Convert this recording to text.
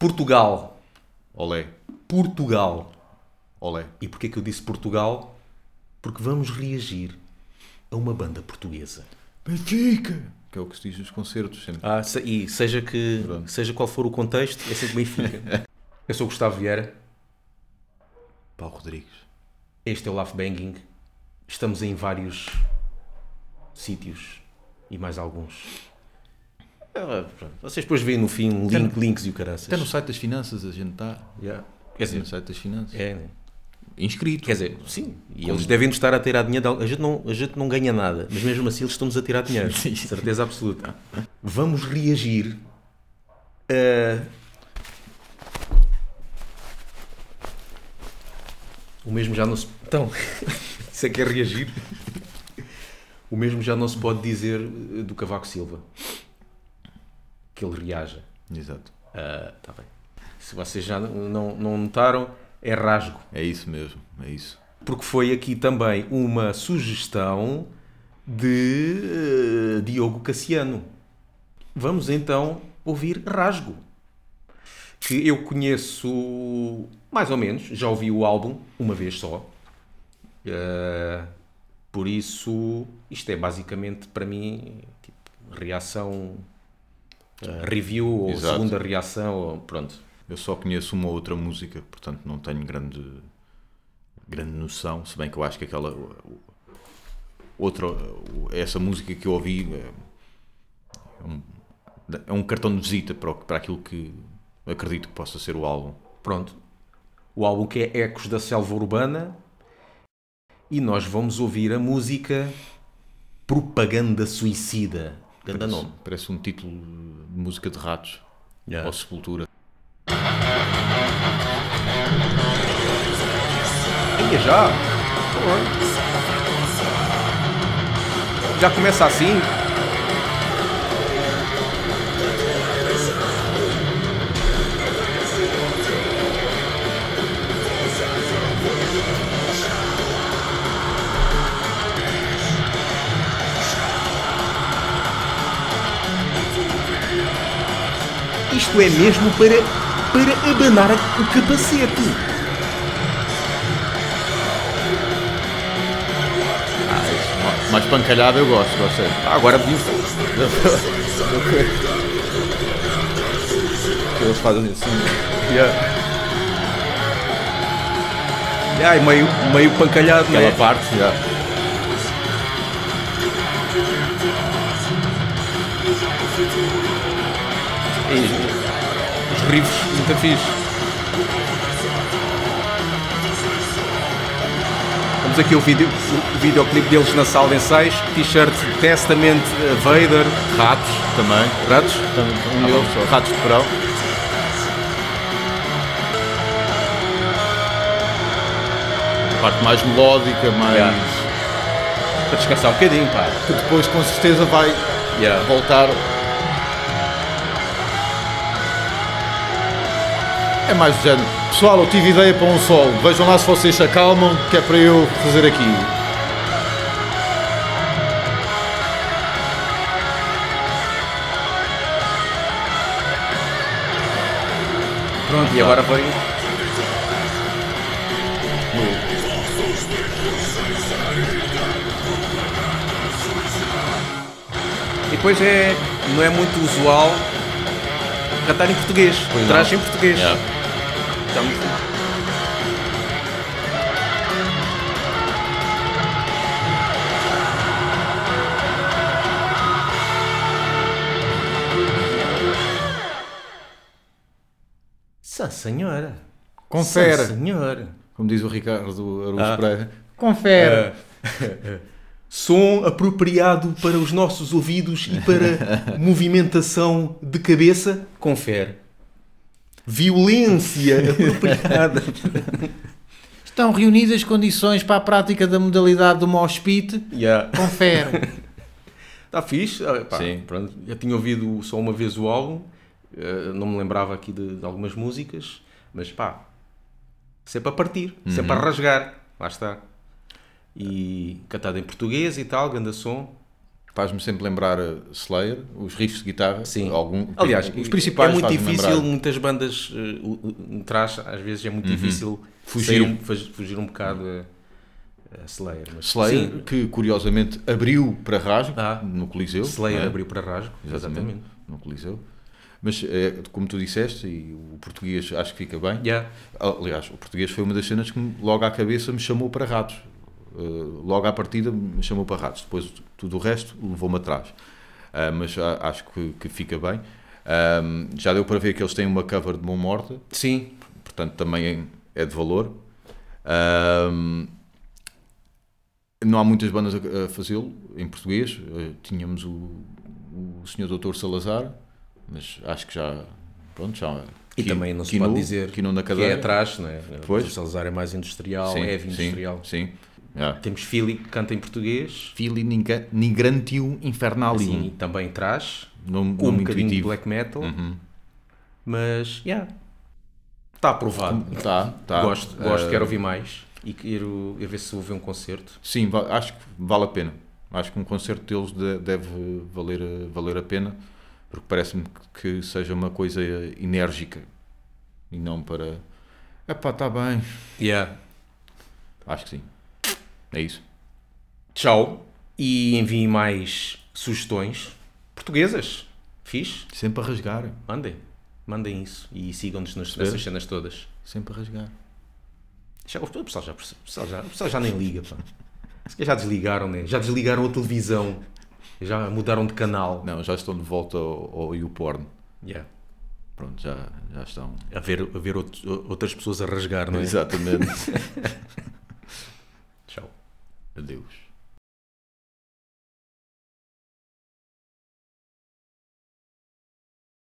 Portugal. Olé. Portugal. Olé. E porquê que eu disse Portugal? Porque vamos reagir a uma banda portuguesa. Benfica! Que é o que se diz nos concertos. Sempre. E seja qual for o contexto, é sempre Benfica. Eu sou o Gustavo Vieira. Paulo Rodrigues. Este é o Laugh Banging. Estamos em vários sítios e mais alguns. Vocês depois veem no fim links e o caraças. Até no site das finanças a gente está. Yeah. Quer dizer, no site das finanças. é, Inscrito. quer dizer, sim. E eles devem nos estar a tirar dinheiro. A gente não ganha nada, mas mesmo assim eles estão-nos a tirar dinheiro. Certeza absoluta. Vamos reagir a... O mesmo já não se... Então, isso é que é reagir. O mesmo já não se pode dizer do Cavaco Silva. Que ele reaja. Exato. Tá bem. Se vocês já não notaram, é rasgo. É isso mesmo, é isso. Porque foi aqui também uma sugestão de Diogo Cassiano. Vamos então ouvir Rasgo. Que eu conheço mais ou menos, já ouvi o álbum uma vez só. Por isso, isto é basicamente para mim tipo, reação, review ou Exato. segunda reação, ou, pronto. Eu só conheço uma outra música, portanto não tenho grande noção, se bem que eu acho que aquela essa música que eu ouvi é um cartão de visita para aquilo que acredito que possa ser o álbum. Pronto. O álbum que é Ecos da Selva Urbana e nós vamos ouvir a música Propaganda Suicida. Grande nome. Parece um título de música de ratos. Yeah. Ou Sepultura. Ia já? Já começa assim? Isto é mesmo para abanar o capacete. Mais pancalhada eu gosto. Agora vimos. Eles fazem assim. E meio pancalhado, Aquela parte, já. Os riffs muito fixe. Vamos aqui o videoclipe deles na sala de ensaios. T-shirt Testament, Vader. Ratos também. Ratos? Um deles, só. Ratos de porão. Parte mais melódica, mais... Yeah. Para descansar um bocadinho, pá. Que depois com certeza vai Yeah. voltar. É mais do género. Pessoal, eu tive ideia para um solo. Vejam lá se vocês se acalmam, que é para eu fazer aqui. Pronto, e agora vai. E depois não é muito usual cantar em português. Traz em português. Yeah. Está muito fixe. Sim, senhora. Confere. Sim, senhora. Como diz o Ricardo Araújo Ah. Pereira. Confere. Som apropriado para os nossos ouvidos e para movimentação de cabeça. Confere. Violência apropriada. Estão reunidas condições para a prática da modalidade do mosh pit. Yeah. Confere. Está fixe. Pá, Sim. pronto. Já tinha ouvido só uma vez o álbum. Não me lembrava aqui de algumas músicas. Mas pá, sempre a partir. Sempre a rasgar. Lá está. E cantado em português e tal, ganda som. Faz-me sempre lembrar Slayer, os riffs de guitarra. Sim. Aliás, os principais é muito fazem-me difícil, lembrar. muitas bandas trás, às vezes é muito difícil Fugir. fugir um bocado a Slayer. Mas, Slayer, sim, que curiosamente abriu para rasgo no Coliseu. Slayer não é? abriu para rasgo, exatamente. No Coliseu. Mas, como tu disseste, e o português acho que fica bem. Yeah. Aliás, o português foi uma das cenas que logo à cabeça me chamou para ratos. Logo à partida me chamou para ratos. Depois tudo o resto levou-me atrás. Mas acho que fica bem. Já deu para ver que eles têm uma cover de Mão Morta. Sim. Portanto, também é de valor. Não há muitas bandas a fazê-lo em português. Tínhamos o Sr. Dr. Salazar, mas acho que já. Pronto, já. E também não se pode dizer que é atrás, não é? Pois. O Salazar é mais industrial, Sim, heavy industrial. Sim. Yeah. Temos Philly, que canta em português. Philly Nigrantium Infernalium. Sim, também traz. Nome Com um bocadinho de intuitivo. black metal. Mas, está aprovado. Tá. Gosto, quero ouvir mais. E quero ver se vou ver um concerto. Sim, acho que vale a pena. Acho que um concerto deles deve valer a pena, porque parece-me que seja uma coisa enérgica e não para. Epá, está bem. Yeah. Acho que sim. É isso. Tchau. E enviem mais sugestões portuguesas. Fixe? Sempre a rasgar. Mandem isso. E sigam-nos nessas cenas todas. Sempre a rasgar. O pessoal já nem liga, pá. Se calhar já desligaram, né? Já desligaram a televisão. Já mudaram de canal. Não, já estão de volta ao YouPorn. Yeah. Pronto, já estão. A ver outras pessoas a rasgar, não é? Exatamente. Tchau. Adeus.